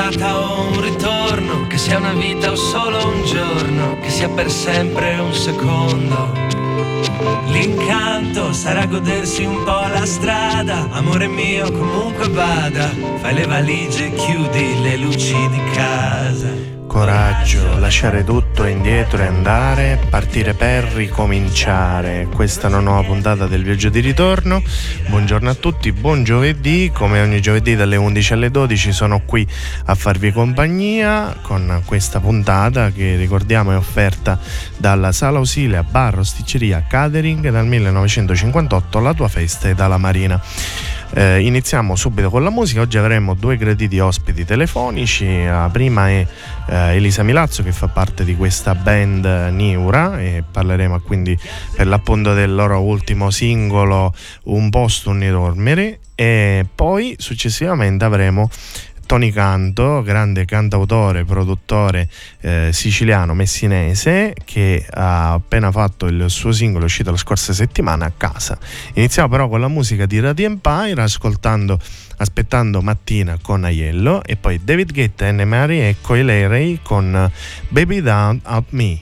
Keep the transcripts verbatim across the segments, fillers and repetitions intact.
un'andata o un ritorno, che sia una vita o solo un giorno, che sia per sempre un secondo. L'incanto sarà godersi un po' la strada, amore mio comunque vada, fai le valigie e chiudi le luci di casa. Coraggio, lasciare tutto indietro e andare, partire per ricominciare. Questa è una nuova puntata del Viaggio di Ritorno. Buongiorno a tutti, buon giovedì. Come ogni giovedì dalle undici alle dodici sono qui a farvi compagnia con questa puntata che ricordiamo è offerta dalla Sala Ausilia Bar Rosticceria Catering, dal millenovecentocinquantotto La tua festa e dalla Marina. Eh, iniziamo subito con la musica. Oggi avremo due graditi ospiti telefonici. La prima è eh, Elisa Milazzo, che fa parte di questa band Niura, e parleremo quindi per l'appunto del loro ultimo singolo Un posto, un dormire. E poi successivamente avremo Tony Canto, grande cantautore, produttore eh, siciliano messinese, che ha appena fatto il suo singolo uscito la scorsa settimana, A casa. Iniziamo però con la musica di Radio Empire, ascoltando Aspettando mattina con Aiello, e poi David Guetta, Anne Marie e Coyle Ray con Baby Down Out Me.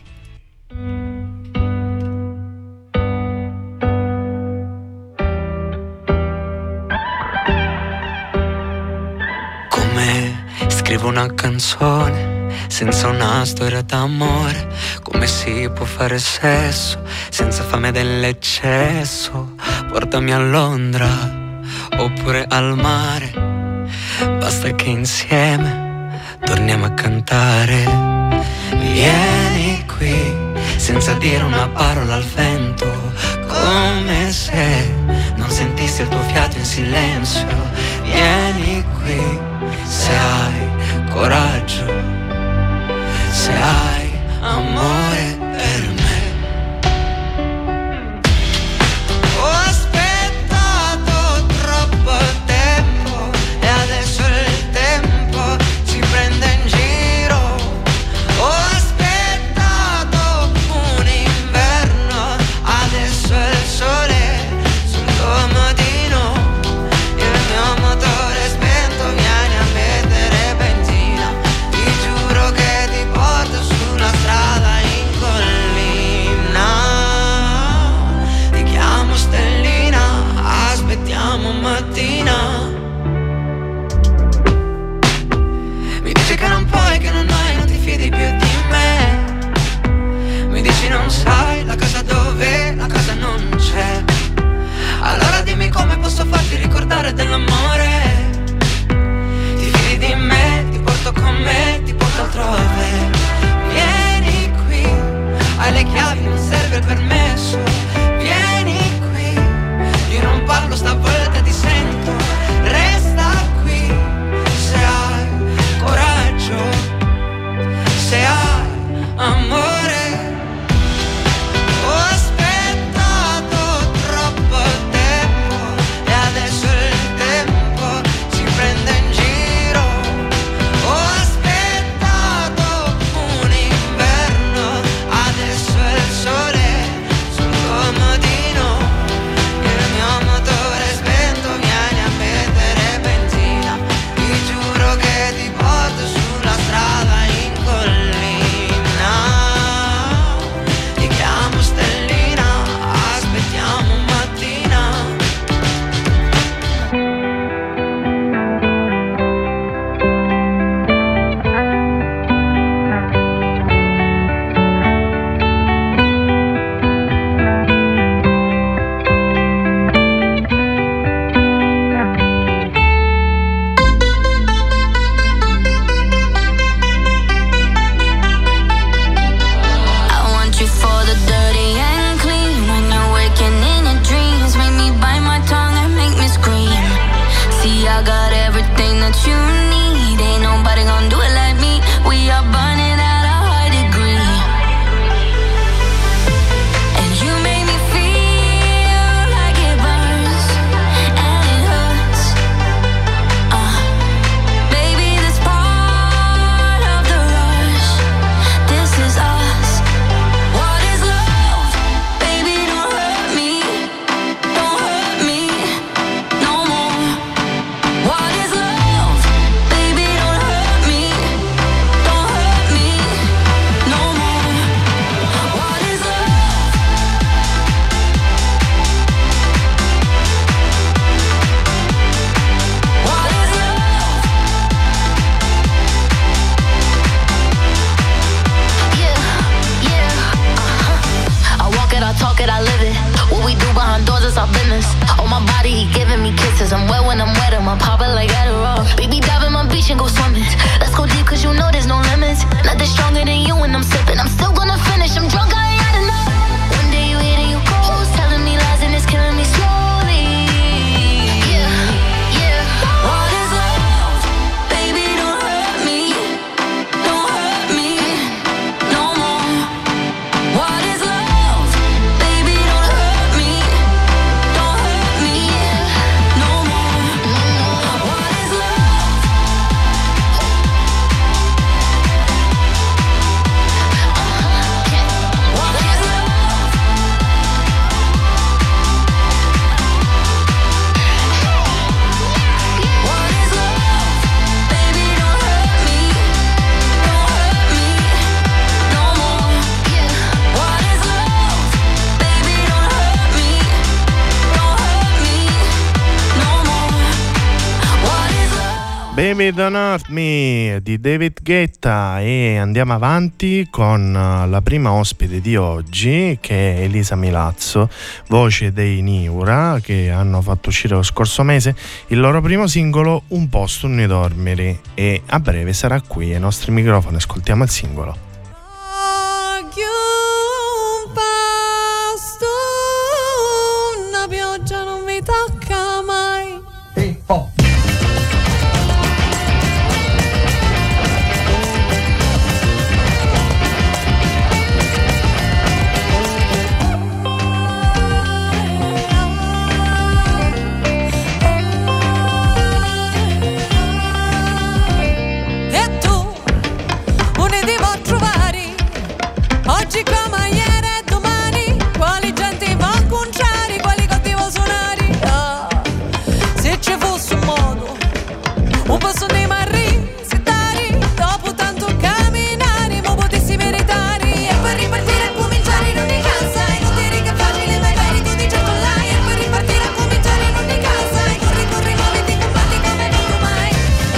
Scrivo una canzone senza una storia d'amore. Come si può fare sesso senza fame dell'eccesso? Portami a Londra oppure al mare, basta che insieme torniamo a cantare. Vieni qui senza dire una parola al vento, come se non sentissi il tuo fiato in silenzio. Vieni qui se hai coraggio, se hai amore per me. Ho aspettato troppo tempo e adesso il tempo ci prende in giro. Ho aspettato un inverno, adesso il sole sul comodino. Il mio motore è spento, vieni a mettere benzina. Ti giuro che ti porto su una strada in collina. Ti chiamo stellina, aspettiamo mattina. Mi dici che non puoi, che non hai, non ti fidi più di me. Mi dici non sai la casa dove, la casa non c'è. Allora dimmi come posso farti ricordare dell'amore. Ti fidi di me, ti porto con me, ti porto altrove. Vieni qui, hai le chiavi, non serve il permesso. Vieni qui, io non parlo stavolta, ti sento. Resta qui, se hai coraggio, se hai amore. Ho aspettato troppo tempo e adesso il tempo Baby Don't Hurt Me di David Guetta, e andiamo avanti con la prima ospite di oggi, che è Elisa Milazzo, voce dei Niura, che hanno fatto uscire lo scorso mese il loro primo singolo Un posto, un dormiri, e a breve sarà qui ai nostri microfoni. Ascoltiamo il singolo. Un pasto, una pioggia non mi tocca mai. E oh. Oggi come ieri e domani, quali gente va a conciare, quali cattivo suonare. Ah, se ci fosse un modo, un posto di marrisitari, dopo tanto camminare, ma potessi meritare. E poi ripartire a cominciare in ogni casa, e non dire che è facile, ma vedi tu di certo là. E poi ripartire a cominciare in ogni casa, e corri, corri, muoviti, combatti come non mai.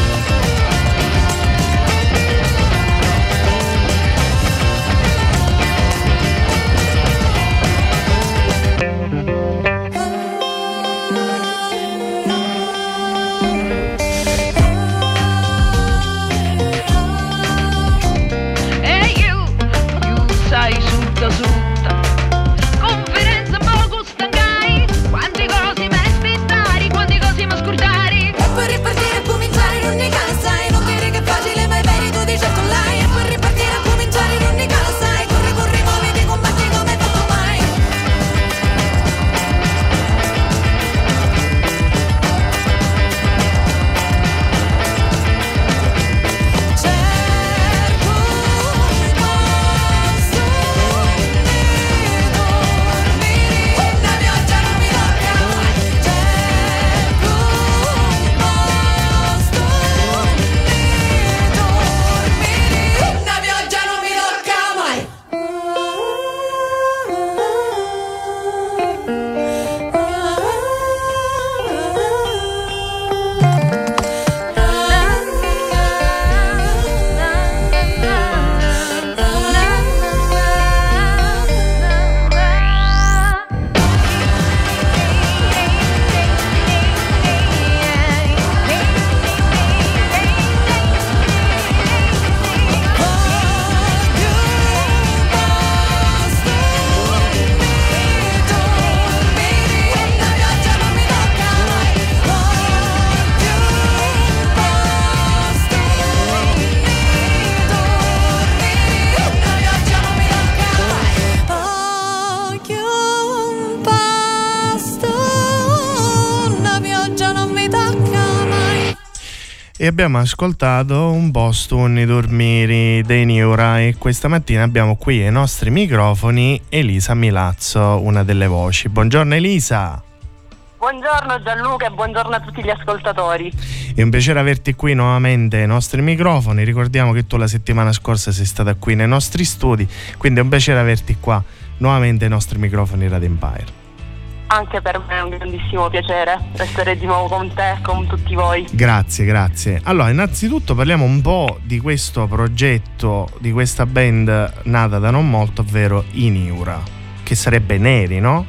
E abbiamo ascoltato Un posto, un dormiri dei Niura, e questa mattina abbiamo qui ai nostri microfoni Elisa Milazzo, una delle voci. Buongiorno Elisa. Buongiorno Gianluca e buongiorno a tutti gli ascoltatori. È un piacere averti qui nuovamente ai nostri microfoni. Ricordiamo che tu la settimana scorsa sei stata qui nei nostri studi, quindi è un piacere averti qua nuovamente ai nostri microfoni Radio Empire. Anche per me è un grandissimo piacere essere di nuovo con te e con tutti voi. Grazie, grazie. Allora, innanzitutto parliamo un po' di questo progetto, di questa band nata da non molto, ovvero i Niura, che sarebbe Neri, no?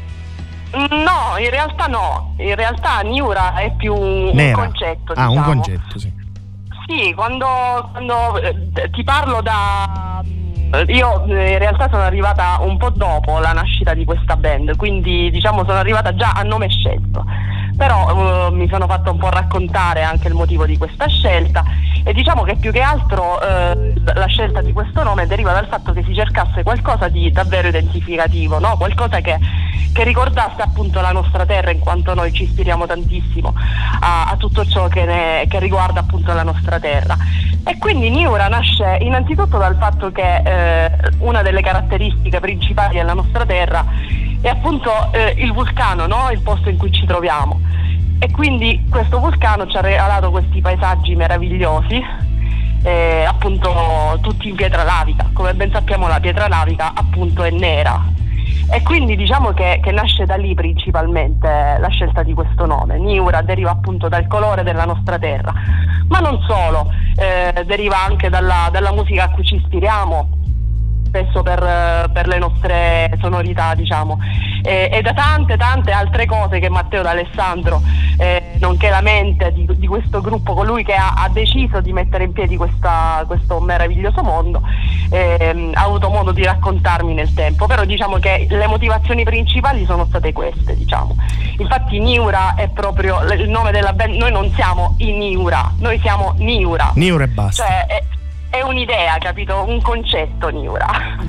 No, in realtà no. In realtà Niura è più Nera. un concetto, Ah, diciamo. un concetto, sì. Sì, quando, quando eh, ti parlo da... Io in realtà sono arrivata un po' dopo la nascita di questa band, quindi diciamo sono arrivata già a nome scelto, però uh, mi sono fatta un po' raccontare anche il motivo di questa scelta, e diciamo che più che altro uh, la scelta di questo nome deriva dal fatto che si cercasse qualcosa di davvero identificativo, no? Qualcosa che, che ricordasse appunto la nostra terra, in quanto noi ci ispiriamo tantissimo a, a tutto ciò che, ne, che riguarda appunto la nostra terra. E quindi Niura nasce innanzitutto dal fatto che eh, una delle caratteristiche principali della nostra terra è appunto eh, il vulcano, no? Il posto in cui ci troviamo, e quindi questo vulcano ci ha regalato questi paesaggi meravigliosi, eh, appunto tutti in pietra lavica. Come ben sappiamo la pietra lavica appunto è nera, E quindi diciamo che, che nasce da lì principalmente la scelta di questo nome. Niura deriva appunto dal colore della nostra terra, ma non solo, eh, deriva anche dalla, dalla musica a cui ci ispiriamo spesso per, per le nostre sonorità, diciamo, e, e da tante tante altre cose che Matteo D'Alessandro, eh, nonché la mente di, di questo gruppo, colui che ha, ha deciso di mettere in piedi questa, questo meraviglioso mondo, eh, ha avuto modo di raccontarmi nel tempo. Però diciamo che le motivazioni principali sono state queste, diciamo. Infatti Niura è proprio il nome della band. Noi non siamo i Niura, noi siamo Niura. Niura e basta. Cioè, è, È un'idea, capito? Un concetto, Niura.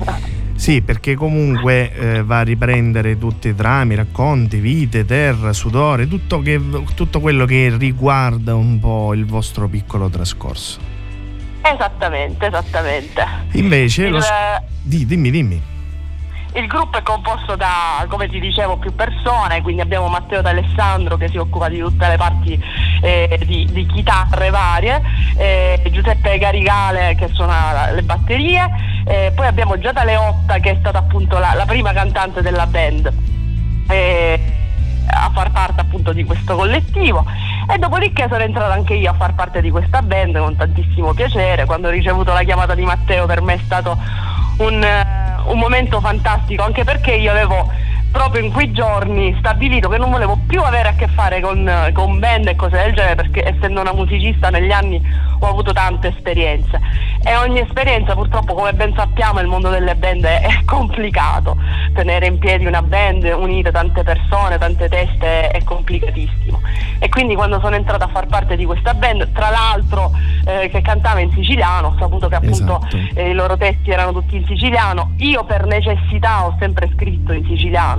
Sì, perché comunque eh, va a riprendere tutti i drammi, racconti, vite, terra, sudore, tutto, che, tutto quello che riguarda un po' il vostro piccolo trascorso. Esattamente, esattamente. Invece, il, lo... Di, dimmi, dimmi. Il gruppo è composto da, come ti dicevo, più persone, quindi abbiamo Matteo D'Alessandro che si occupa di tutte le parti eh, di, di chitarre varie, eh, Giuseppe Garigale che suona le batterie, eh, poi abbiamo Giada Leotta che è stata appunto la, la prima cantante della band eh, a far parte appunto di questo collettivo, e dopodiché sono entrata anche io a far parte di questa band con tantissimo piacere. Quando ho ricevuto la chiamata di Matteo per me è stato un... un momento fantastico, anche perché io avevo proprio in quei giorni stabilito che non volevo più avere a che fare con, con band e cose del genere, perché essendo una musicista negli anni ho avuto tante esperienze, e ogni esperienza purtroppo, come ben sappiamo, il mondo delle band è, è complicato. Tenere in piedi una band, unire tante persone, tante teste, è complicatissimo. E quindi quando sono entrata a far parte di questa band, tra l'altro eh, che cantava in siciliano, ho saputo che appunto esatto. eh, i loro testi erano tutti in siciliano. Io per necessità ho sempre scritto in siciliano,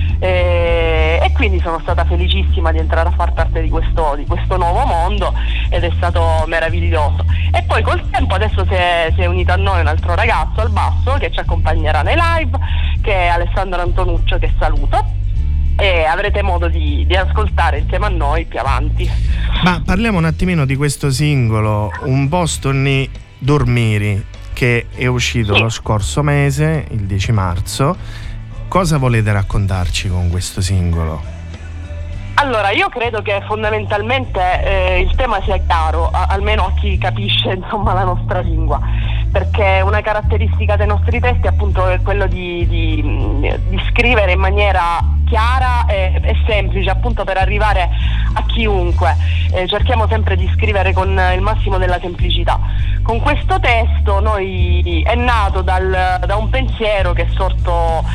eh, e quindi sono stata felicissima di entrare a far parte di questo, di questo nuovo mondo, ed è stato meraviglioso. E poi col tempo adesso si è, si è unito a noi un altro ragazzo al basso che ci accompagnerà nei live, che è Alessandro Antonuccio, che saluto, e avrete modo di, di ascoltare insieme a noi più avanti. Ma parliamo un attimino di questo singolo, Un posto ni dormiri, che è uscito sì. lo scorso mese, il dieci marzo. Cosa volete raccontarci con questo singolo? Allora, io credo che fondamentalmente eh, il tema sia chiaro, a, almeno a chi capisce insomma la nostra lingua, perché una caratteristica dei nostri testi appunto è quello di, di, di scrivere in maniera chiara e, e semplice, appunto per arrivare a chiunque. Eh, cerchiamo sempre di scrivere con il massimo della semplicità. Con questo testo noi è nato dal, da un pensiero che è sorto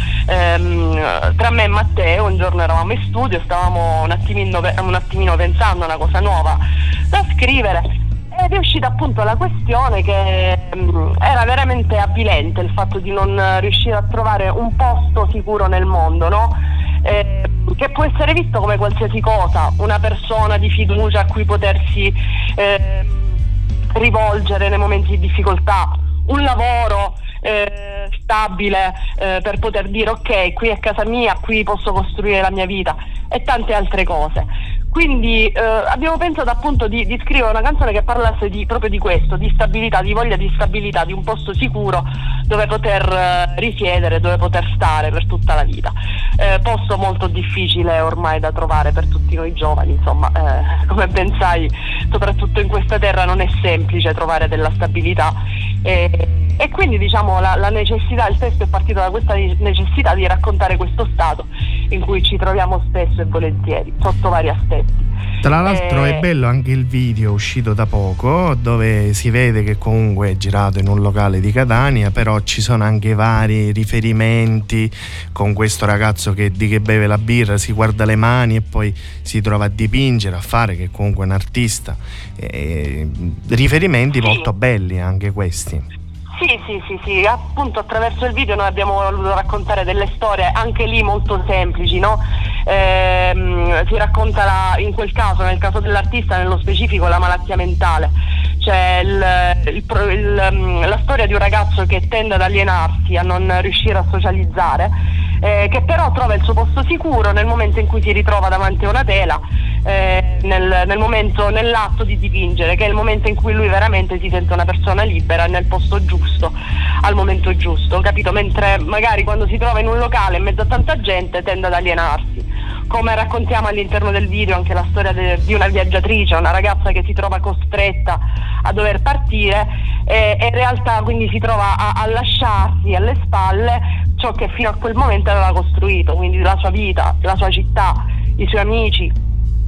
ehm, tra me e Matteo. Un giorno eravamo in studio, stavamo un attimino, un attimino pensando a una cosa nuova da scrivere, ed è uscita appunto la questione che mh, era veramente avvilente il fatto di non riuscire a trovare un posto sicuro nel mondo, no? Eh, che può essere visto come qualsiasi cosa, una persona di fiducia a cui potersi eh, rivolgere nei momenti di difficoltà, un lavoro eh, stabile eh, per poter dire ok, qui è casa mia, qui posso costruire la mia vita, e tante altre cose. Quindi eh, abbiamo pensato appunto di, di scrivere una canzone che parlasse di, proprio di questo, di stabilità, di voglia di stabilità, di un posto sicuro dove poter eh, risiedere, dove poter stare per tutta la vita. Eh, posto molto difficile ormai da trovare per tutti noi giovani, insomma, eh, come ben sai, soprattutto in questa terra non è semplice trovare della stabilità, e, e quindi diciamo la, la necessità, il testo è partito da questa necessità di raccontare questo stato in cui ci troviamo spesso e volentieri, sotto vari aspetti. Tra l'altro eh, è bello anche il video uscito da poco, dove si vede che comunque è girato in un locale di Catania, però ci sono anche vari riferimenti con questo ragazzo che, di che beve la birra, si guarda le mani e poi si trova a dipingere, a fare, che comunque è un artista. Eh, riferimenti sì. molto belli anche questi. Sì, sì, sì, sì, appunto attraverso il video noi abbiamo voluto raccontare delle storie anche lì molto semplici, no? Ehm, si racconta la, in quel caso, nel caso dell'artista nello specifico, la malattia mentale, cioè il, il, il, la storia di un ragazzo che tende ad alienarsi, a non riuscire a socializzare, eh, che però trova il suo posto sicuro nel momento in cui si ritrova davanti a una tela, eh, nel, nel momento, nell'atto di dipingere, che è il momento in cui lui veramente si sente una persona libera nel posto giusto, al momento giusto, capito? Mentre magari quando si trova in un locale in mezzo a tanta gente tende ad alienarsi. Come raccontiamo all'interno del video anche la storia de- di una viaggiatrice, una ragazza che si trova costretta a dover partire e, e in realtà quindi si trova a, a lasciarsi alle spalle ciò che fino a quel momento aveva costruito, quindi la sua vita, la sua città, i suoi amici.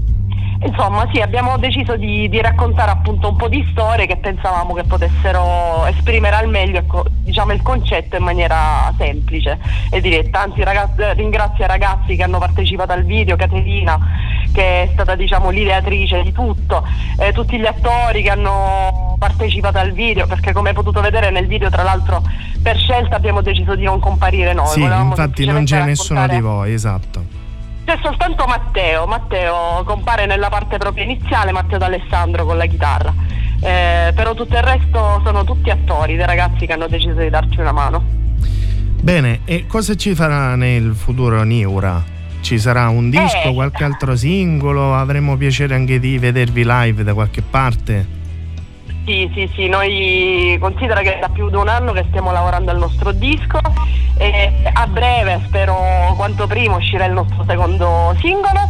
Insomma sì, abbiamo deciso di, di raccontare appunto un po' di storie che pensavamo che potessero esprimere al meglio, ecco, diciamo, il concetto in maniera semplice e diretta. Anzi, ragazzi, ringrazio i ragazzi che hanno partecipato al video, Caterina che è stata, diciamo, l'ideatrice di tutto, eh, tutti gli attori che hanno partecipato al video, perché come hai potuto vedere nel video, tra l'altro per scelta abbiamo deciso di non comparire noi. Sì, volevamo infatti non c'è raccontare... nessuno di voi, esatto. C'è soltanto Matteo, Matteo compare nella parte proprio iniziale, Matteo D'Alessandro con la chitarra, eh, però tutto il resto sono tutti attori, dei ragazzi che hanno deciso di darci una mano. Bene, e cosa ci farà nel futuro Niura? Ci sarà un disco, eh, qualche altro singolo? Avremo piacere anche di vedervi live da qualche parte? Sì, sì, sì, noi considera che è da più di un anno che stiamo lavorando al nostro disco e a breve, spero quanto prima, uscirà il nostro secondo singolo,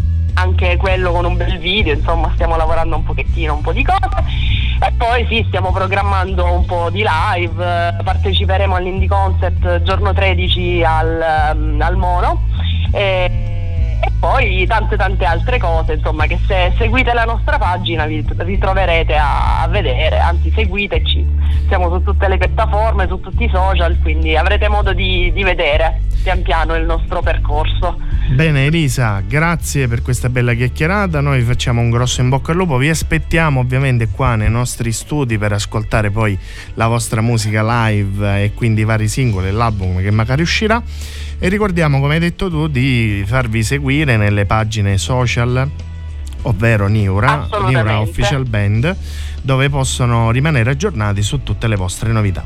anche quello con un bel video, insomma stiamo lavorando un pochettino, un po' di cose e poi sì, stiamo programmando un po' di live, parteciperemo all'Indie Concept giorno tredici al, al Mono e E poi tante tante altre cose, insomma, che se seguite la nostra pagina vi ritroverete a, a vedere, anzi seguiteci, siamo su tutte le piattaforme, su tutti i social, quindi avrete modo di, di vedere pian piano il nostro percorso. Bene Elisa, grazie per questa bella chiacchierata, noi facciamo un grosso in bocca al lupo, vi aspettiamo ovviamente qua nei nostri studi per ascoltare poi la vostra musica live e quindi i vari singoli e l'album che magari uscirà. E ricordiamo, come hai detto tu, di farvi seguire nelle pagine social, ovvero Niura, Niura Official Band, dove possono rimanere aggiornati su tutte le vostre novità.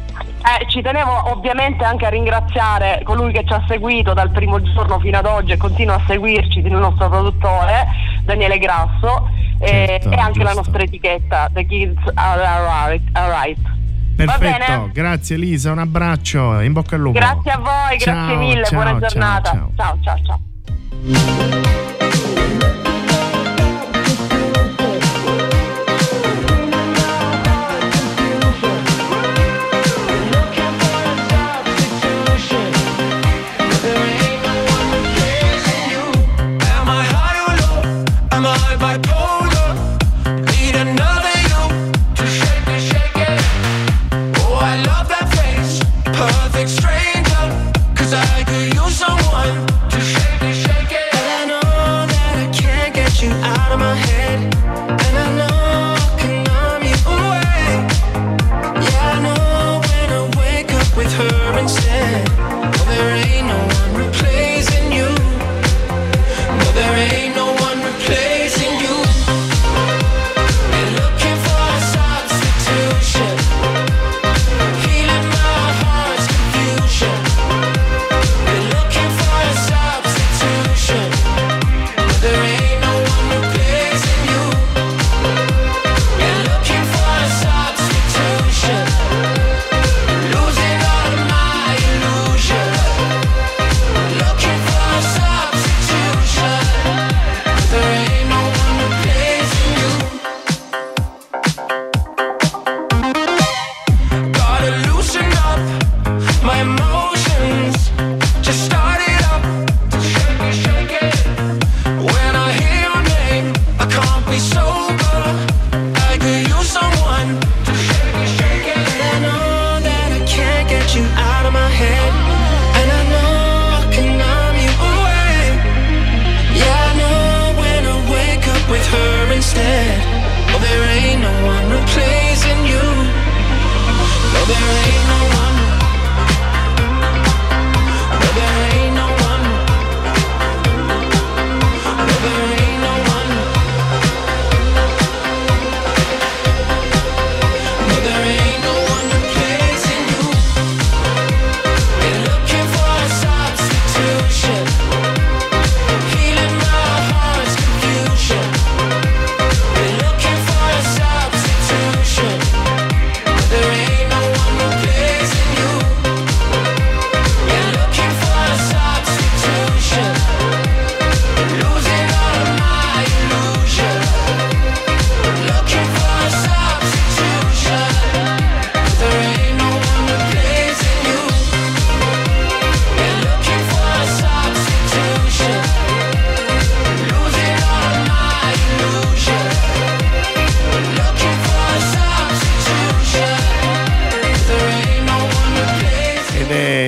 Eh, ci tenevo ovviamente anche a ringraziare colui che ci ha seguito dal primo giorno fino ad oggi e continua a seguirci, il nostro produttore Daniele Grasso, certo, e, e anche giusto. La nostra etichetta The Kids Are Alright. Alright. Perfetto, grazie Elisa, un abbraccio, in bocca al lupo. Grazie a voi, ciao, grazie mille, ciao, buona giornata. Ciao, ciao, ciao. ciao. Stranger, 'cause I could use someone to shake it, shake it.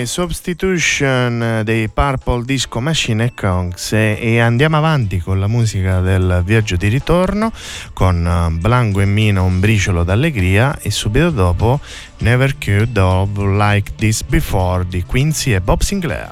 Substitution dei Purple Disco Machine e Kongs, e, e andiamo avanti con la musica del viaggio di ritorno con Blanco e Mina, un briciolo d'allegria, e subito dopo Never Could Have Like This Before di Quincy e Bob Sinclair.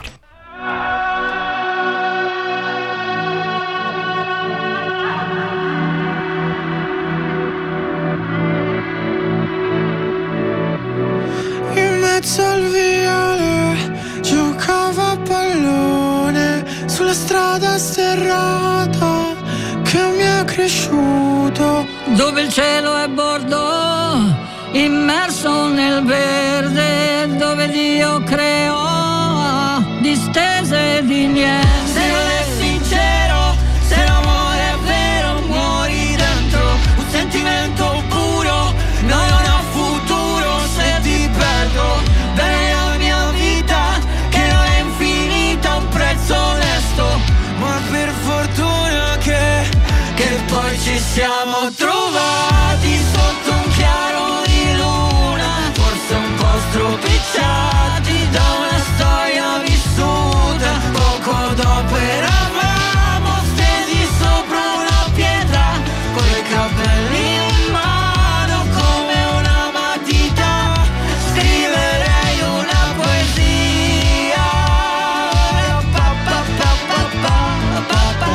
In mezzo al viale giocavo a pallone sulla strada sterrata che mi è cresciuto, dove il cielo è bordo immerso nel verde, dove Dio creò distese di niente. Se non è sincero, se l'amore è vero, muori dentro un sentimento puro. No, non ho futuro se ti perdo. Bene la mia vita che non è infinita, un prezzo onesto, ma per fortuna che, che poi ci siamo trovati sotto un chiaro di luna, forse un po' stropicciati da una storia vissuta. Poco dopo eravamo stesi sopra una pietra, con i capelli in mano come una matita. Scriverei una poesia, pa, pa, pa, pa, pa, pa, pa,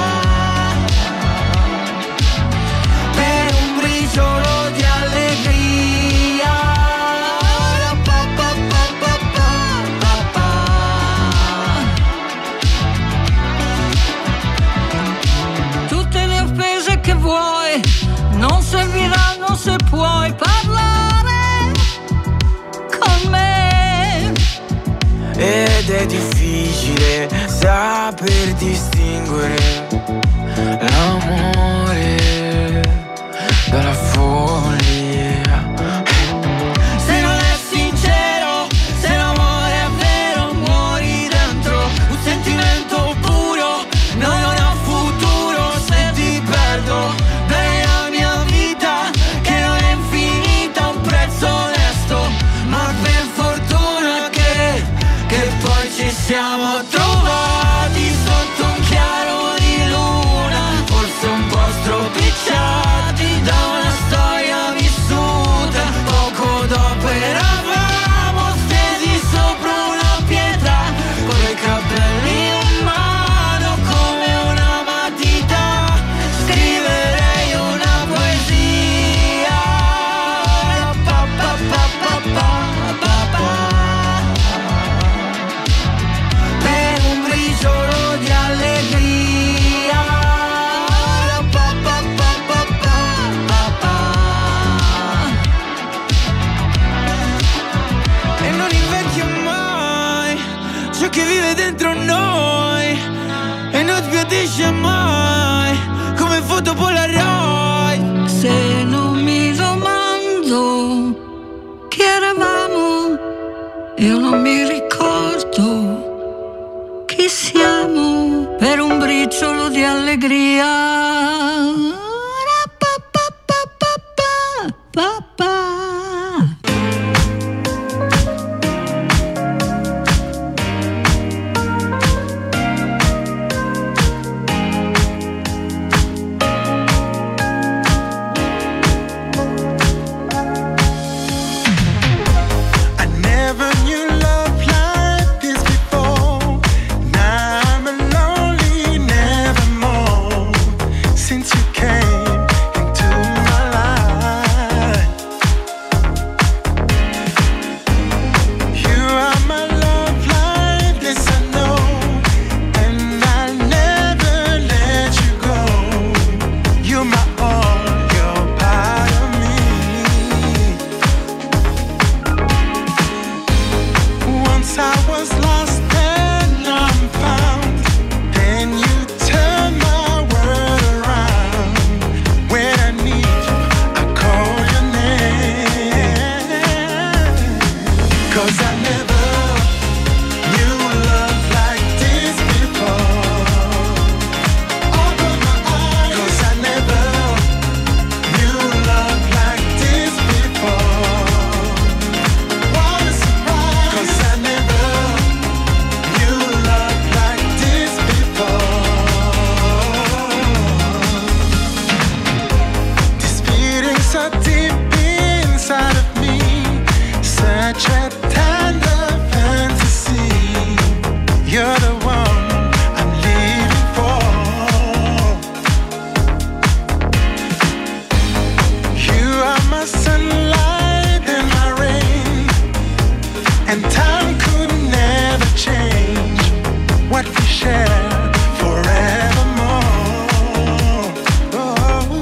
per un briciolo di allegria, pa, pa, pa, pa, pa, pa, pa. Tutte le offese che vuoi non serviranno se puoi parlare con me. Ed è difficile saper distinguere l'amore dalla follia. Se non è sincero, se l'amore è vero, muori dentro un sentimento puro. No, non ho futuro se ti perdo. Bene la mia vita che non è infinita, un prezzo onesto, ma per fortuna che, che poi ci siamo trovati sotto un chiaro di luna, forse un po' stropicciati da una storia vissuta. Poco dopo eravamo stesi sopra una pietra, con i capelli in mano come una matita. Scriverei una poesia, pa, pa, pa, pa, pa, pa, pa, per un briciolo di allegria, pa, pa, pa, pa, pa, pa, pa. E non invecchia mai ciò che vive dentro noi, e non sbiadisce mai come foto Polaroid. Se non mi domando chi eravamo, io non mi ricordo chi siamo, per un briciolo di allegria. Pa, pa, pa, pa, pa, pa, pa. I never knew love like this before. Now I'm lonely, nevermore. Since you came such a tender fantasy. You're the one I'm living for. You are my sunlight and my rain, and time could never change what we share forevermore. Oh,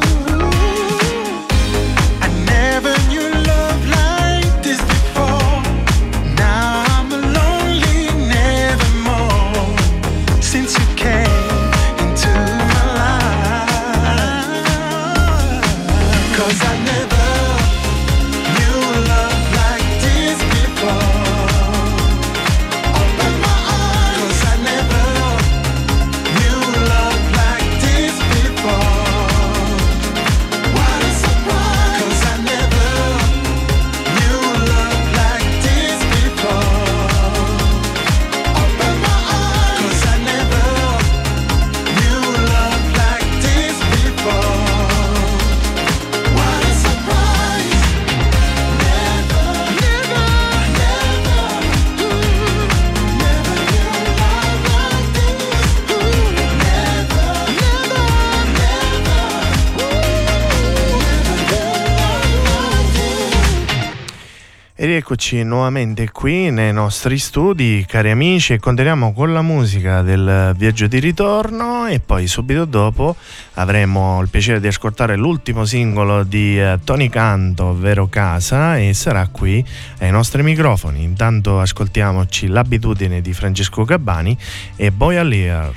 I never knew love like this before. Now I'm lonely nevermore, since you came into my life. 'Cause I never knew love like this before. Open my eyes, 'cause I never knew love like this before. What a surprise, 'cause I never knew love like this before. Open my eyes, 'cause I never knew love like this before. What a surprise. Never, never, never, ooh, never knew love like this. Ooh, never, never, never, ooh, never knew love like this. E rieccoci nuovamente qui nei nostri studi, cari amici, e continuiamo con la musica del viaggio di ritorno e poi subito dopo avremo il piacere di ascoltare l'ultimo singolo di eh, Tony Canto, ovvero Casa, e sarà qui ai nostri microfoni. Intanto ascoltiamoci L'abitudine di Francesco Gabbani e Boy Alier.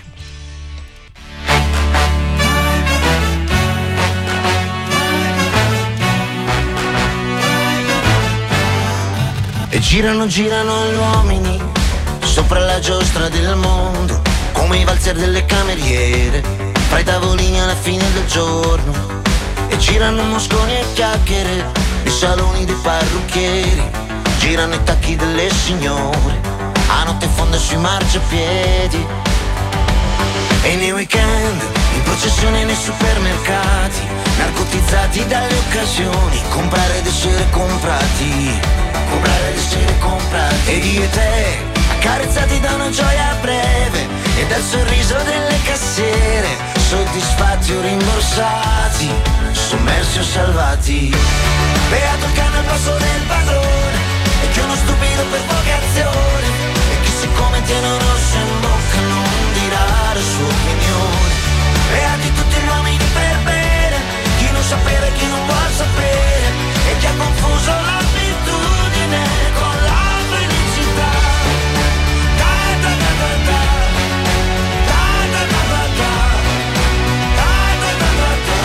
E girano, girano gli uomini sopra la giostra del mondo, come i valzer delle cameriere, fra i tavolini alla fine del giorno. E girano mosconi e chiacchiere nei saloni dei parrucchieri, girano i tacchi delle signore a notte fonda sui marciapiedi. E nei weekend, in processione nei supermercati, narcotizzati dalle occasioni, comprare ed essere comprati, comprare ed essere comprati. Ed io e te, accarezzati da una gioia breve e dal sorriso delle cassiere, soddisfatti o rimborsati, sommersi o salvati. Beato il cane al passo del padrone, e che uno stupido per vocazione, e chi siccome tiene un rosso in bocca non dirà la sua opinione. Beati tutti gli uomini per bene, chi non sapere, chi non vuol sapere, e chi ha confuso l'abitudine con la felicità. Da da da da da, da da da da da, da da da da da.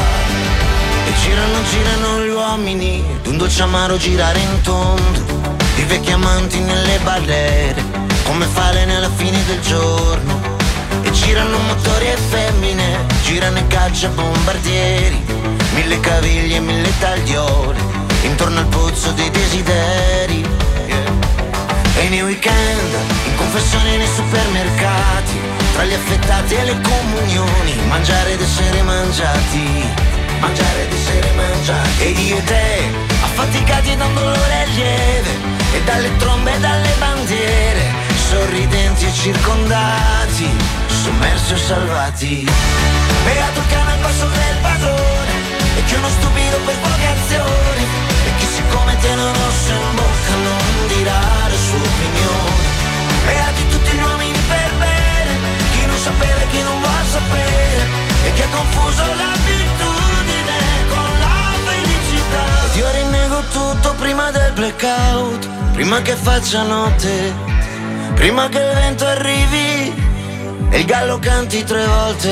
E girano, girano gli uomini, d'un dolce amaro girare in tondo, i vecchi amanti nelle barriere, come falene alla fine del giorno. E girano motori e femmine, girano i cacciabombardieri, mille caviglie e mille tagliole, intorno al pozzo dei desideri. Yeah. E nei weekend, in confessione nei supermercati, tra gli affettati e le comunioni, mangiare ed essere mangiati, mangiare ed essere mangiati. Ed io e te, affaticati da un dolore lieve, e dalle trombe e dalle bandiere, sorridenti e circondati, sommersi o salvati. Beato il cane al passo del padrone, e che uno stupido per vocazione, e chi siccome tiene un rosso in bocca non dirà la sua opinione. Beati tutti gli uomini per bene, chi non sapere, chi non vuol sapere, e chi ha confuso l'abitudine con la felicità. Ed io rinnego tutto prima del blackout, prima che faccia notte, prima che il vento arrivi e il gallo canti tre volte.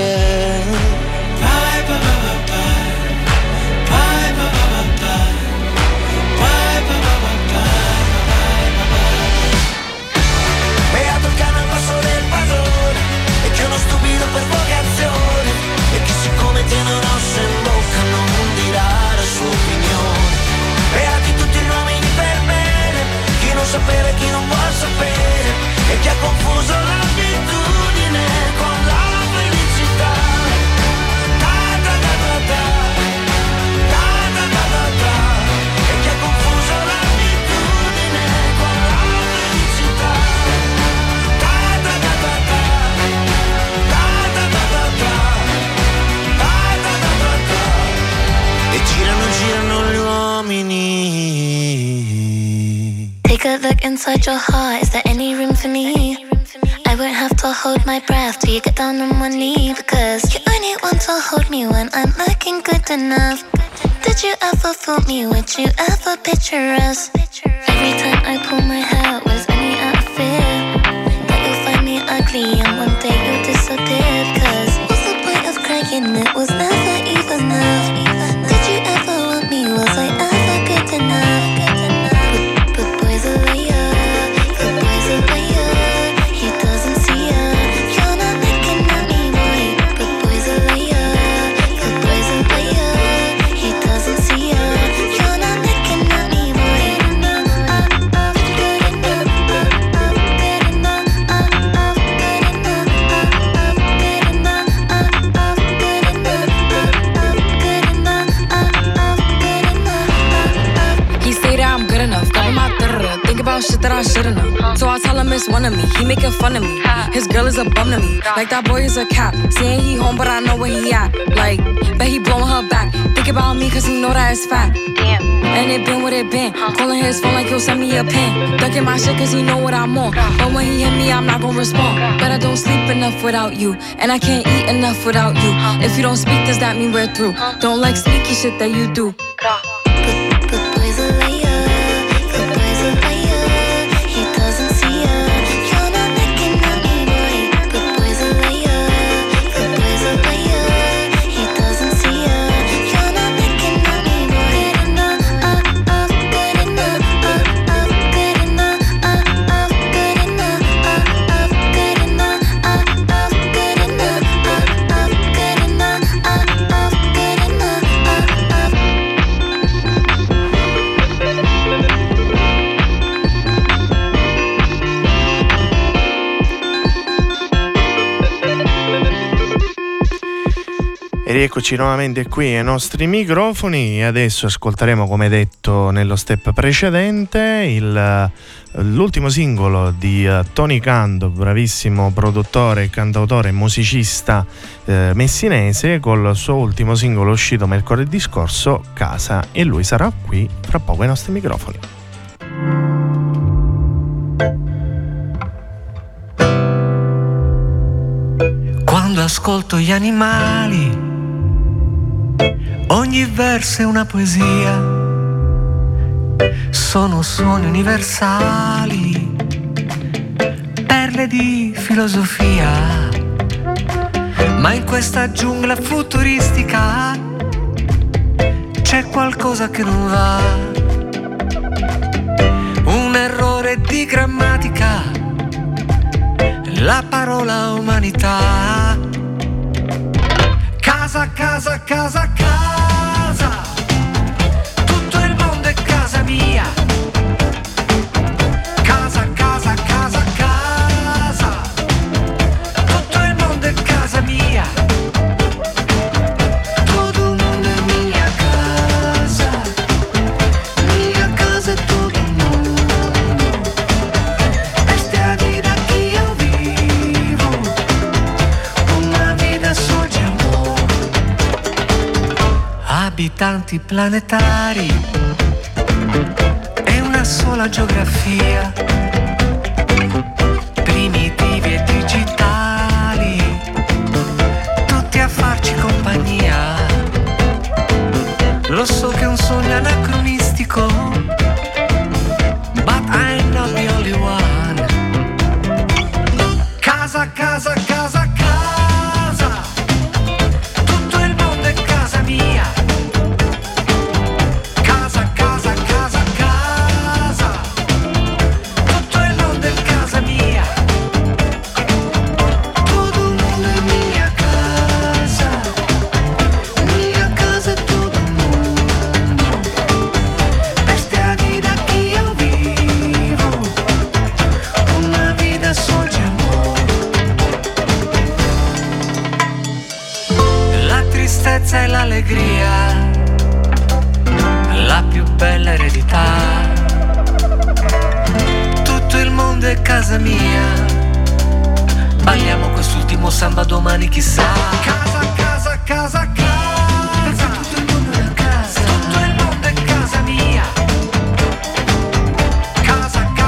Bye, bye, bye, bye. Bye, bye, bye, bye. Bye, bye, bye, bye, bye. Beato il cane al passo del padrone, e che uno stupido per vocazione, e chi siccome tiene un rosso in bocca non dirà la sua opinione. Beati tutti gli uomini per bene, chi non sapere, chi non vuol sapere, e chi ha confuso l'abitudine con la felicità. Da, da, da, da. Take a look inside your heart. Is there any room for me? I won't have to hold my breath till you get down on one knee, because you only want to hold me when I'm looking good enough. Did you ever fool me? Would you ever picture us? Every time I pull my hair, it was only out of fear that you'll find me ugly and one day you'll disappear. Because what's the point of crying? It was never even enough. Did you ever want me? Was I ever good enough? But, but boys are liar, but boys are liar. He doesn't see ya. You're not looking at me, boy. But boys are liar, but boys are liar. He doesn't see ya. You're not looking at me, boy. Up, up, good enough. Up, up, good enough. Up, up, good enough. Up, up, good enough. Up, up, good enough. Up, up, good enough. Up, up, good enough. He say that I'm good enough, got my third. Think about shit that I should've known. So I tell him it's one of me. He making fun of me. His girl is a bum to me. Like that boy is a cap. Saying he home, but I know where he at. Like, bet he blowing her back. Think about me, cause he know that it's fat. Damn. And it been what it been. Calling his phone like he'll send me a pin. Ducking my shit cause he know what I'm on. But when he hit me, I'm not gonna respond. But I don't sleep enough without you. And I can't eat enough without you. If you don't speak, does that mean we're through? Don't like sneaky shit that you do. But boys are liar, but boys are liar. He doesn't see ya. You're not looking at me, boy. But boys are liar, but boys are liar. He doesn't see ya. You're not looking at me, boy. Good enough, up, up, good enough. Up, up, good enough. Up, up, good enough. Up, up, good enough. Up, up, good enough. Up, up, good enough. Up, up, good enough. Up, up. E rieccoci nuovamente qui ai nostri microfoni. Adesso ascolteremo, come detto nello step precedente, il, l'ultimo singolo di uh, Tony Cando, bravissimo produttore, cantautore e musicista eh, messinese, col suo ultimo singolo uscito mercoledì scorso, Casa, e lui sarà qui fra poco ai nostri microfoni. Quando ascolto gli animali, ogni verso è una poesia, sono suoni universali, perle di filosofia, ma in questa giungla futuristica c'è qualcosa che non va, un errore di grammatica, la parola umanità. Casa, casa, casa, casa, tutto il mondo è casa mia. Casa, casa, casa, casa, tutto il mondo è casa mia. Todo il mondo è mia casa, mia casa è todo il mondo. Esta è la vida que yo vivo, una vida sola de amor. Abitanti planetari e una sola geografia, primitivi e digitali, tutti a farci compagnia. Lo so che è un sogno anacronistico, but I'm not the only one. Casa, casa, casa, casa, tutto il mondo è casa mia. Casa, casa, casa, casa, tutto il mondo è casa mia. Todo il mondo è mia casa, mia casa è todo il mondo. Questa è la vita che io vivo, una vita sola di amore. La tristezza e l'allegria, la più bella eredità. Tutto il mondo è casa mia. Balliamo quest'ultimo samba domani chissà. Casa, casa, casa, casa, tutto il mondo è casa. Tutto il mondo è casa mia. Casa,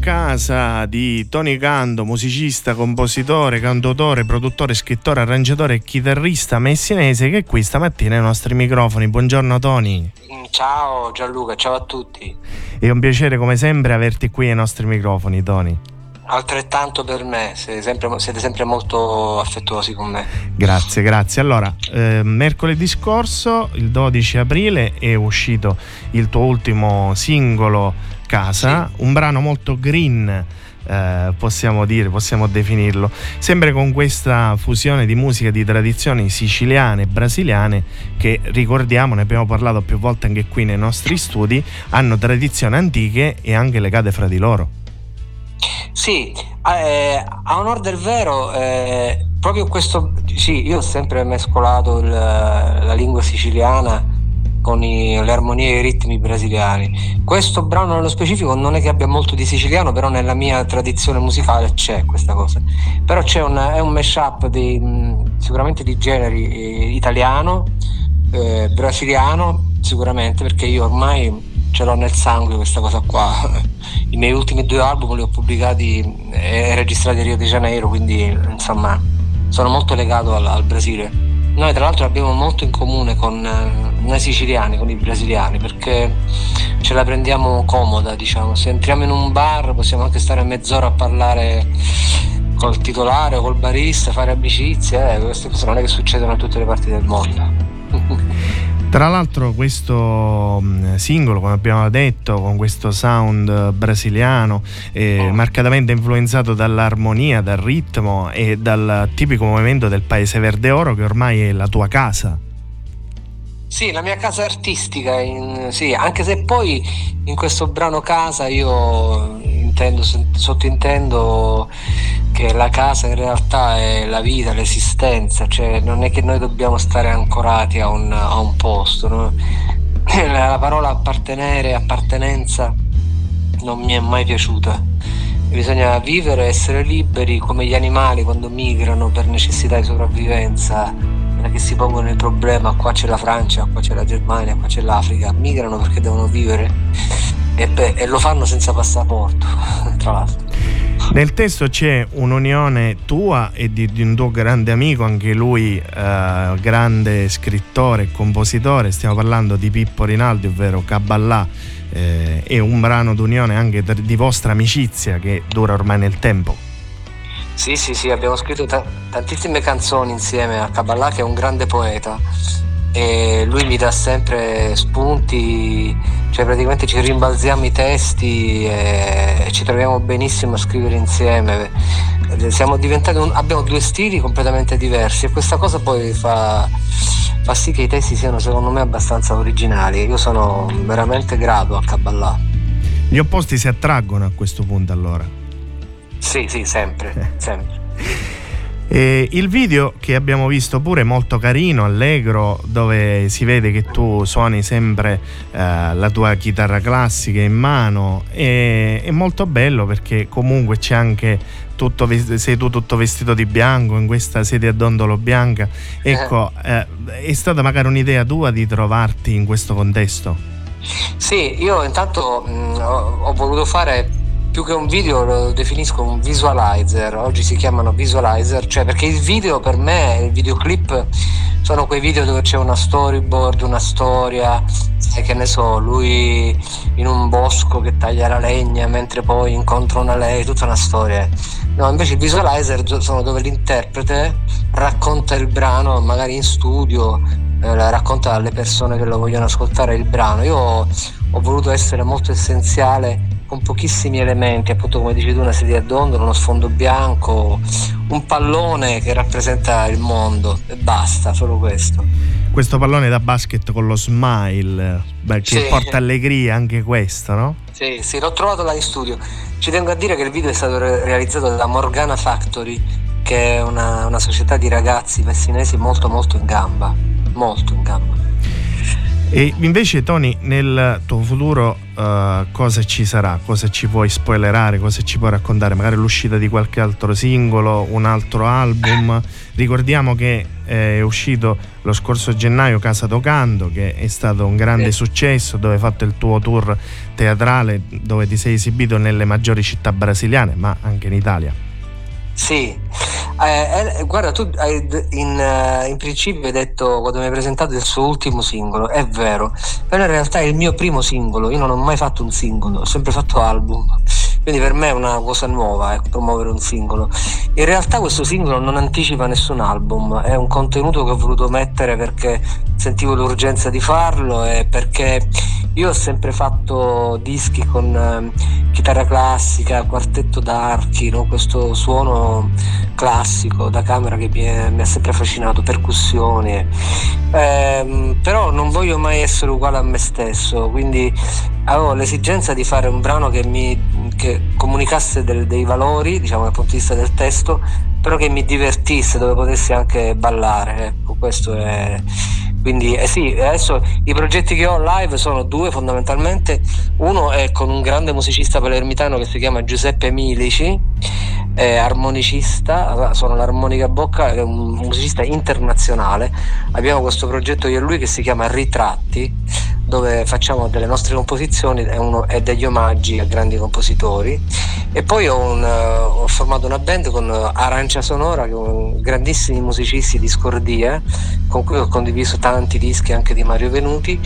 casa di Tony Cando, musicista, compositore, cantautore, produttore, scrittore, arrangiatore e chitarrista messinese, che è qui stamattina ai nostri microfoni. Buongiorno Tony. Ciao Gianluca, ciao a tutti. È un piacere come sempre averti qui ai nostri microfoni, Tony. Altrettanto per me, siete sempre, siete sempre molto affettuosi con me. Grazie, grazie. Allora, eh, mercoledì scorso, il dodici aprile, è uscito il tuo ultimo singolo, Casa, sì. Un brano molto green, eh, possiamo dire, possiamo definirlo, sempre con questa fusione di musica di tradizioni siciliane e brasiliane che, ricordiamo, ne abbiamo parlato più volte anche qui nei nostri studi, hanno tradizioni antiche e anche legate fra di loro. Sì, eh, a onor del vero, eh, proprio questo, sì, io ho sempre mescolato il, la lingua siciliana con i, le armonie e i ritmi brasiliani. Questo brano nello specifico non è che abbia molto di siciliano, però nella mia tradizione musicale c'è questa cosa. Però c'è un, è un mashup di, sicuramente di generi, eh, italiano, eh, brasiliano, sicuramente, perché io ormai ce l'ho nel sangue questa cosa qua. I miei ultimi due album li ho pubblicati e registrati a Rio de Janeiro, quindi insomma sono molto legato al, al Brasile. Noi tra l'altro abbiamo molto in comune con eh, noi siciliani, con i brasiliani, perché ce la prendiamo comoda, diciamo. Se entriamo in un bar possiamo anche stare mezz'ora a parlare col titolare o col barista, fare amicizie, eh, queste cose non è che succedono in tutte le parti del mondo. Tra l'altro questo singolo, come abbiamo detto, con questo sound brasiliano, eh, marcatamente influenzato dall'armonia, dal ritmo e dal tipico movimento del Paese Verde Oro, che ormai è la tua casa. Sì, la mia casa artistica, in, sì, anche se poi in questo brano Casa io intendo, sottintendo che la casa in realtà è la vita, l'esistenza, cioè non è che noi dobbiamo stare ancorati a un, a un posto, no? La parola appartenere, appartenenza non mi è mai piaciuta. Bisogna vivere, essere liberi come gli animali quando migrano per necessità di sopravvivenza, non è che si pongono il problema: qua c'è la Francia, qua c'è la Germania, qua c'è l'Africa. Migrano perché devono vivere e, beh, e lo fanno senza passaporto, tra l'altro. Nel testo c'è un'unione tua e di, di un tuo grande amico, anche lui eh, grande scrittore e compositore. Stiamo parlando di Pippo Rinaldi, ovvero Caballà. Eh, è un brano d'unione anche di vostra amicizia che dura ormai nel tempo. Sì, sì, sì, abbiamo scritto t- tantissime canzoni insieme a Caballà, che è un grande poeta, e lui mi dà sempre spunti, cioè praticamente ci rimbalziamo i testi e, e ci troviamo benissimo a scrivere insieme. Siamo diventati un, abbiamo due stili completamente diversi e questa cosa poi fa, fa sì che i testi siano, secondo me, abbastanza originali. Io sono veramente grato a Caballà. Gli opposti si attraggono a questo punto, allora? Sì, sì, sempre, sempre. E il video che abbiamo visto pure è molto carino, allegro, dove si vede che tu suoni sempre eh, la tua chitarra classica in mano. E, è molto bello perché comunque c'è anche tutto, sei tu tutto vestito di bianco in questa sedia a dondolo bianca. Ecco, eh, è stata magari un'idea tua di trovarti in questo contesto? Sì, io intanto mh, ho, ho voluto fare, più che un video lo definisco un visualizer. Oggi si chiamano visualizer, cioè perché il video per me, il videoclip, sono quei video dove c'è una storyboard, una storia, sai, che ne so, lui in un bosco che taglia la legna mentre poi incontra una lei, tutta una storia. No, invece i visualizer sono dove l'interprete racconta il brano, magari in studio, eh, racconta alle persone che lo vogliono ascoltare il brano. Io ho, ho voluto essere molto essenziale, con pochissimi elementi, appunto come dici tu, una sedia a dondolo, uno sfondo bianco, un pallone che rappresenta il mondo e basta, solo questo. Questo pallone da basket con lo smile, beh, che sì, porta allegria anche questo, no? Sì, sì, l'ho trovato là in studio. Ci tengo a dire che il video è stato re- realizzato da Morgana Factory, che è una, una società di ragazzi messinesi molto molto in gamba, molto in gamba. E invece, Tony, nel tuo futuro uh, cosa ci sarà, cosa ci puoi spoilerare, cosa ci puoi raccontare, magari l'uscita di qualche altro singolo, un altro album. Ricordiamo che è uscito lo scorso gennaio Casa Tocando, che è stato un grande successo, dove hai fatto il tuo tour teatrale, dove ti sei esibito nelle maggiori città brasiliane, ma anche in Italia. Sì, eh, eh, guarda, tu hai, in, uh, in principio hai detto, quando mi hai presentato il suo ultimo singolo, è vero, però in realtà è il mio primo singolo. Io non ho mai fatto un singolo, ho sempre fatto album, quindi per me è una cosa nuova, ecco, promuovere un singolo. In realtà questo singolo non anticipa nessun album, è un contenuto che ho voluto mettere perché sentivo l'urgenza di farlo e perché io ho sempre fatto dischi con eh, chitarra classica, quartetto d'archi, no? Questo suono classico da camera che mi, è, mi ha sempre affascinato, percussioni, eh, però non voglio mai essere uguale a me stesso, quindi avevo l'esigenza di fare un brano che mi che comunicasse del, dei valori, diciamo dal punto di vista del testo, però che mi divertisse, dove potessi anche ballare, ecco, questo è. Quindi eh sì, adesso i progetti che ho live sono due fondamentalmente. Uno è con un grande musicista palermitano che si chiama Giuseppe Milici, è armonicista, suona l'armonica a bocca, è un musicista internazionale. Abbiamo questo progetto io e lui che si chiama Ritratti, dove facciamo delle nostre composizioni e, uno, e degli omaggi a grandi compositori. E poi ho, un, uh, ho formato una band con Arancia Sonora, che sono grandissimi musicisti di Scordia, con cui ho condiviso tanti dischi anche di Mario Venuti,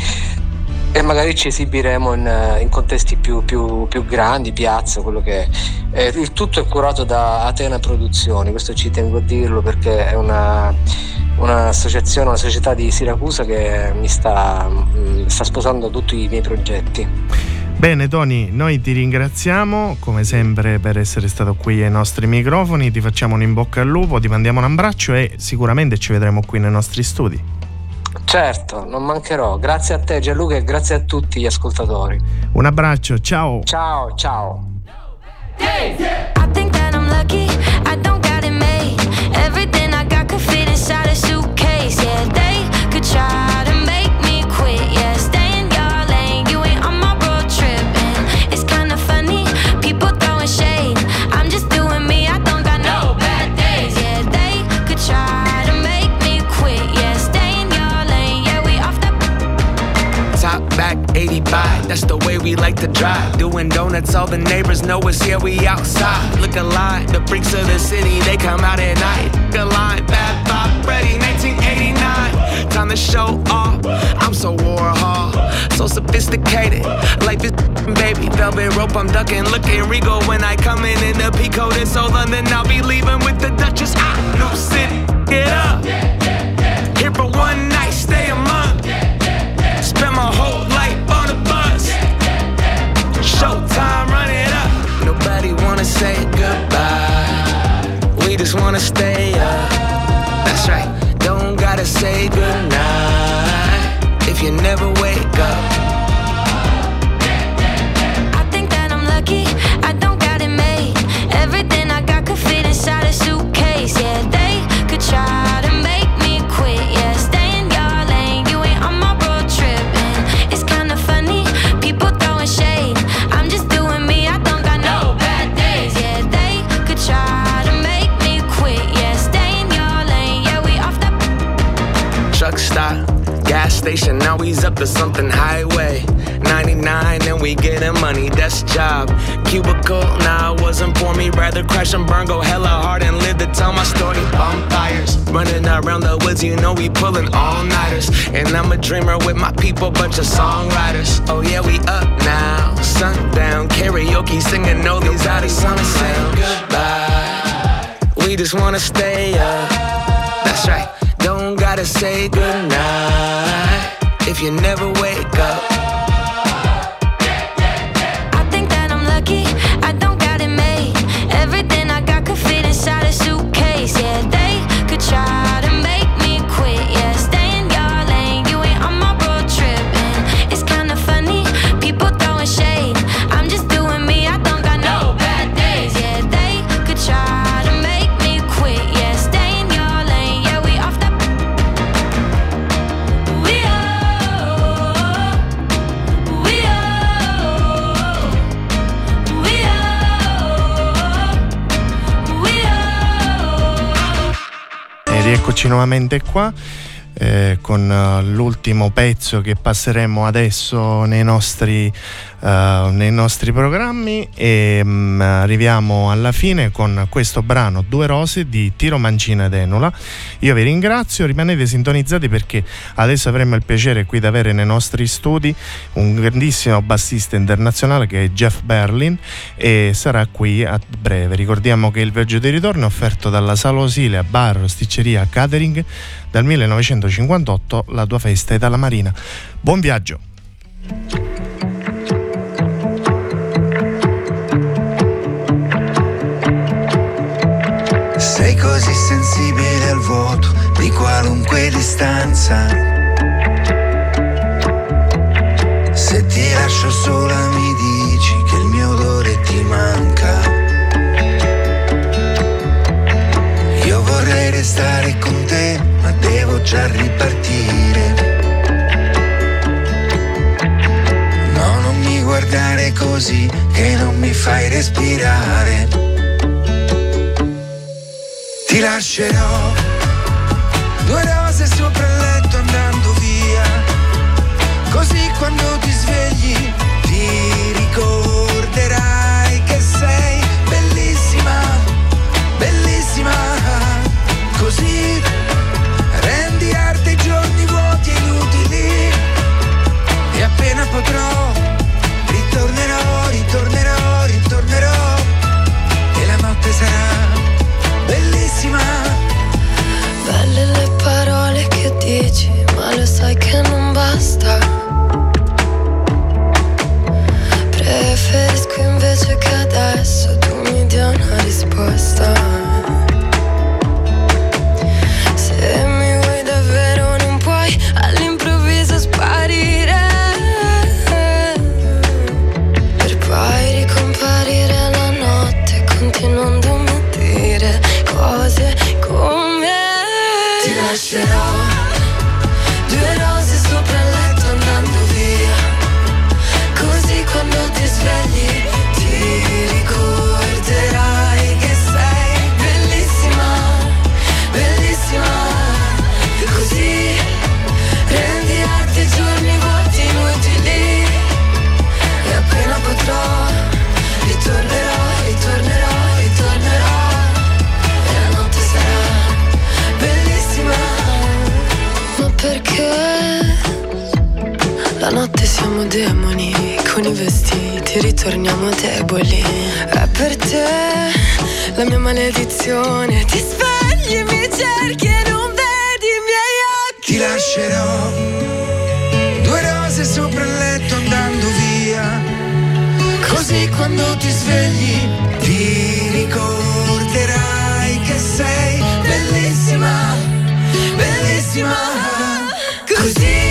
e magari ci esibiremo in, in contesti più, più, più grandi, piazza, quello che è. Eh, il tutto è curato da Atena Produzioni, questo ci tengo a dirlo perché è una un'associazione, una società di Siracusa che mi sta, mh, sta sposando tutti i miei progetti. Bene Tony, noi ti ringraziamo come sempre per essere stato qui ai nostri microfoni, ti facciamo un in bocca al lupo, ti mandiamo un abbraccio e sicuramente ci vedremo qui nei nostri studi. Certo, non mancherò. Grazie a te Gianluca e grazie a tutti gli ascoltatori. Un abbraccio, ciao. Ciao, ciao. I think that I'm lucky, I don't got it made. Everything I got could fit inside a suitcase. Yeah, they could try to make me quit. Yeah, stay in your lane, you ain't on my road trip. And it's kinda funny, people throwing shade. I'm just doing me, I don't got no bad days. Yeah, they could try to make me quit. Yeah, stay in your lane, yeah, we off the Top back eighty-five, that's the way we like to drive. Doing donuts, all the neighbors know us here, we outside. Look alive, the freaks of the city, they come out at night. Look alive, bad vibe, ready, nineteen eighty-nine. Time to show off, I'm so Warhol, so sophisticated. Life is baby, velvet rope, I'm ducking, looking regal when I come in in the Pico. This old London, I'll be leaving with the Duchess. Ah, New City, get up. Here for one night, stay a month. Spend my whole life on a bus. Showtime, run it up. Nobody wanna say goodbye. We just wanna stay up. That's right. Don't gotta say goodnight if you never wake up. I think that I'm lucky, I don't got it made. Everything I got could fit inside a suitcase. Yeah, they could try to make me quit. Yeah, stay in your lane, you ain't on my road trip. And it's kinda funny, people throwing shade. I'm just doing me, I don't got no bad days. Yeah, they could try to make me quit. Yeah, stay in your lane, yeah, we off the Truck stop, gas station, now he's up to something highway. ninety-nine and we getting money, that's job. Cubicle, nah, it wasn't for me. Rather crash and burn, go hella hard and live to tell my story. Bonfires, running around the woods, you know we pulling all-nighters. And I'm a dreamer with my people, bunch of songwriters. Oh yeah, we up now, sundown, karaoke, singing all these artists wanna say goodbye. We just wanna stay up, that's right. Don't gotta say goodnight if you never wake up. I think that I'm lucky, I don't got it made. Everything I got could fit inside a suitcase. Yeah, they could try to make me quit. Yeah, stay in your lane, you ain't on my road trip. And it's kinda funny, people throwing shade. I'm just doing me, I don't got no bad days. Yeah, they could try to make me quit. Yeah, stay in your lane, yeah, we off the we are rieccoci nuovamente qua eh, con uh, l'ultimo pezzo che passeremo adesso nei nostri, uh, nei nostri programmi e um, arriviamo alla fine con questo brano Due rose di Tiro Mancina ed Enula. Io vi ringrazio, rimanete sintonizzati perché adesso avremo il piacere qui di avere nei nostri studi un grandissimo bassista internazionale che è Jeff Berlin e sarà qui a breve. Ricordiamo che il viaggio di ritorno è offerto dalla Sala Osilia, bar, sticceria, catering. Dal millenovecentocinquantotto la tua festa è dalla Marina. Buon viaggio! Sei così sensibile al vuoto di qualunque distanza. Se ti lascio sola mi dici che il mio odore ti manca. Io vorrei restare con te, ma devo già ripartire. No, non mi guardare così, che non mi fai respirare. Ti lascerò due rose sopra il letto andando via, così quando ti svegli ti ricorderai che sei bellissima, bellissima. Così rendi arte i giorni vuoti e inutili e appena potrò ritornerò, ritornerò, ritornerò e la notte sarà bellissima. Belle le parole che dici, ma lo sai che non basta. Preferisco invece che adesso tu mi dia una risposta. Se mi vuoi davvero non puoi all'improvviso sparire, per poi ricomparire la notte continuandomi a dire cose come ti lascerò due rose sopra il letto andando via, così quando ti svegli ti ricorderai che sei bellissima, bellissima. Così rendi arte i giorni vuoti inutili e appena potrò ritornerò, ritornerò, ritornerò e la notte sarà bellissima. Ma perché la notte siamo demoni, con i vestiti ritorniamo deboli. È per te la mia maledizione, ti svegli, mi cerchi e non vedi i miei occhi. Ti lascerò due rose sopra il letto andando via, così quando ti svegli ti ricorderai che sei bellissima, bellissima. Così